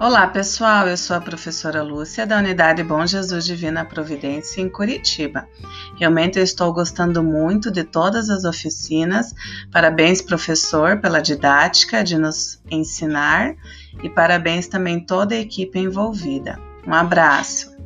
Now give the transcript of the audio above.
Olá pessoal, eu sou a professora Lúcia da Unidade Bom Jesus Divina Providência em Curitiba. Realmente eu estou gostando muito de todas as oficinas. Parabéns professor pela didática de nos ensinar e parabéns também toda a equipe envolvida. Um abraço!